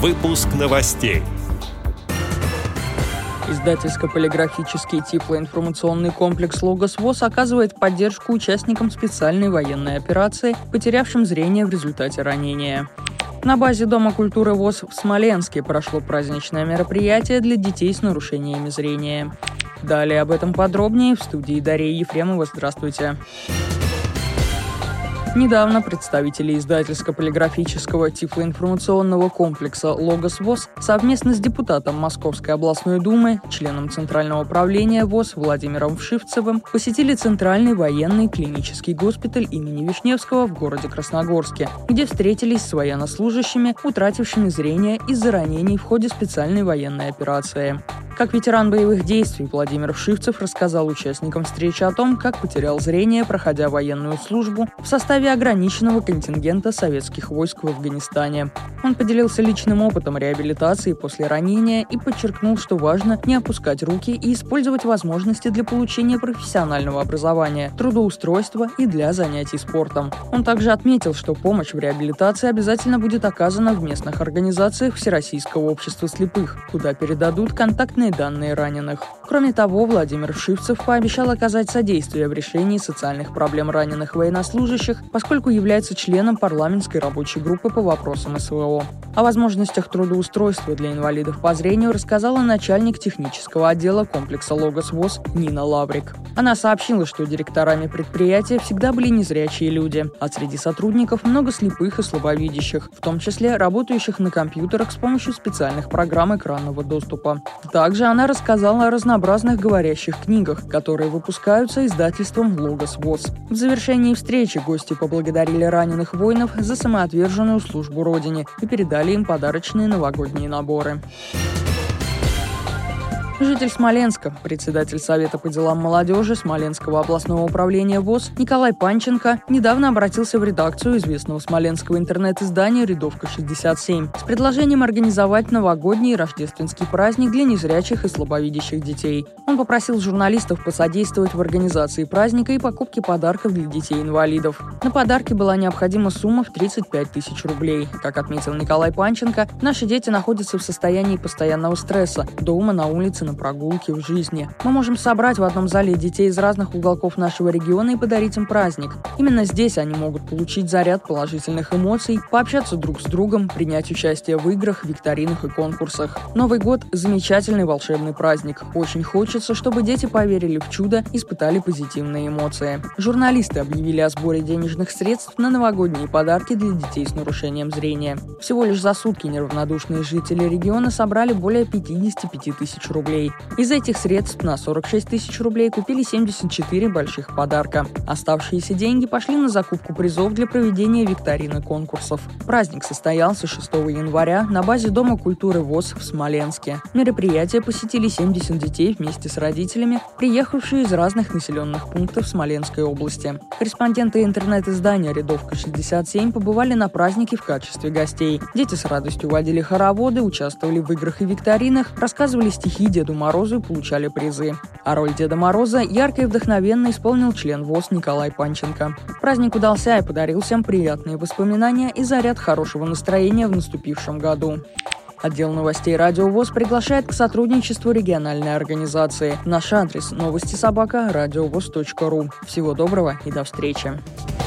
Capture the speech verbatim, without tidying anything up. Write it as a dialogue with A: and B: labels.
A: Выпуск новостей.
B: Издательско-полиграфический тифлоинформационный комплекс «Логос ВОС» оказывает поддержку участникам специальной военной операции, потерявшим зрение в результате ранения. На базе Дома культуры ВОС в Смоленске прошло праздничное мероприятие для детей с нарушениями зрения. Далее об этом подробнее в студии Дарья Ефремова. Здравствуйте. Недавно представители издательско-полиграфического тифлоинформационного комплекса «Логос ВОС» совместно с депутатом Московской областной думы, членом Центрального управления ВОС Владимиром Вшивцевым посетили Центральный военный клинический госпиталь имени Вишневского в городе Красногорске, где встретились с военнослужащими, утратившими зрение из-за ранений в ходе специальной военной операции. Как ветеран боевых действий, Владимир Вшивцев рассказал участникам встречи о том, как потерял зрение, проходя военную службу в составе ограниченного контингента советских войск в Афганистане. Он поделился личным опытом реабилитации после ранения и подчеркнул, что важно не опускать руки и использовать возможности для получения профессионального образования, трудоустройства и для занятий спортом. Он также отметил, что помощь в реабилитации обязательно будет оказана в местных организациях Всероссийского общества слепых, куда передадут контактные данные раненых. Кроме того, Владимир Вшивцев пообещал оказать содействие в решении социальных проблем раненых военнослужащих, поскольку является членом парламентской рабочей группы по вопросам СВО. О возможностях трудоустройства для инвалидов по зрению рассказала начальник технического отдела комплекса «Логос ВОС» Нина Лаврик. Она сообщила, что директорами предприятия всегда были незрячие люди, а среди сотрудников много слепых и слабовидящих, в том числе работающих на компьютерах с помощью специальных программ экранного доступа. Также она рассказала о разнообразных говорящих книгах, которые выпускаются издательством «Логос ВОС». В завершении встречи гости поблагодарили раненых воинов за самоотверженную службу Родине и передали им подарочные новогодние наборы. Житель Смоленска, председатель Совета по делам молодежи Смоленского областного управления ВОС Николай Панченко недавно обратился в редакцию известного смоленского интернет-издания «Рядовка шестьдесят семь» с предложением организовать новогодний и рождественский праздник для незрячих и слабовидящих детей. Он попросил журналистов посодействовать в организации праздника и покупке подарков для детей-инвалидов. На подарки была необходима сумма в тридцать пять тысяч рублей. Как отметил Николай Панченко, наши дети находятся в состоянии постоянного стресса дома, на улице, на прогулке, в жизни. Мы можем собрать в одном зале детей из разных уголков нашего региона и подарить им праздник. Именно здесь они могут получить заряд положительных эмоций, пообщаться друг с другом, принять участие в играх, викторинах и конкурсах. Новый год – замечательный волшебный праздник. Очень хочется, чтобы дети поверили в чудо, испытали позитивные эмоции. Журналисты объявили о сборе денежных средств на новогодние подарки для детей с нарушением зрения. Всего лишь за сутки неравнодушные жители региона собрали более пятьдесят пять тысяч рублей. Из этих средств на сорок шесть тысяч рублей купили семьдесят четыре больших подарка. Оставшиеся деньги пошли на закупку призов для проведения викторин и конкурсов. Праздник состоялся шестого января на базе Дома культуры ВОС в Смоленске. Мероприятие посетили семьдесят детей вместе с родителями, приехавшие из разных населенных пунктов Смоленской области. Корреспонденты интернет-издания «Рядовка шестьдесят семь» побывали на празднике в качестве гостей. Дети с радостью водили хороводы, участвовали в играх и викторинах, рассказывали стихи Деду Морозу и получали призы. А роль Деда Мороза ярко и вдохновенно исполнил член ВОС Николай Панченко. Праздник удался и подарил всем приятные воспоминания и заряд хорошего настроения в наступившем году. Отдел новостей Радио ВОС приглашает к сотрудничеству региональной организации. Наш адрес – новости собака радиовос точка ру. Всего доброго и до встречи.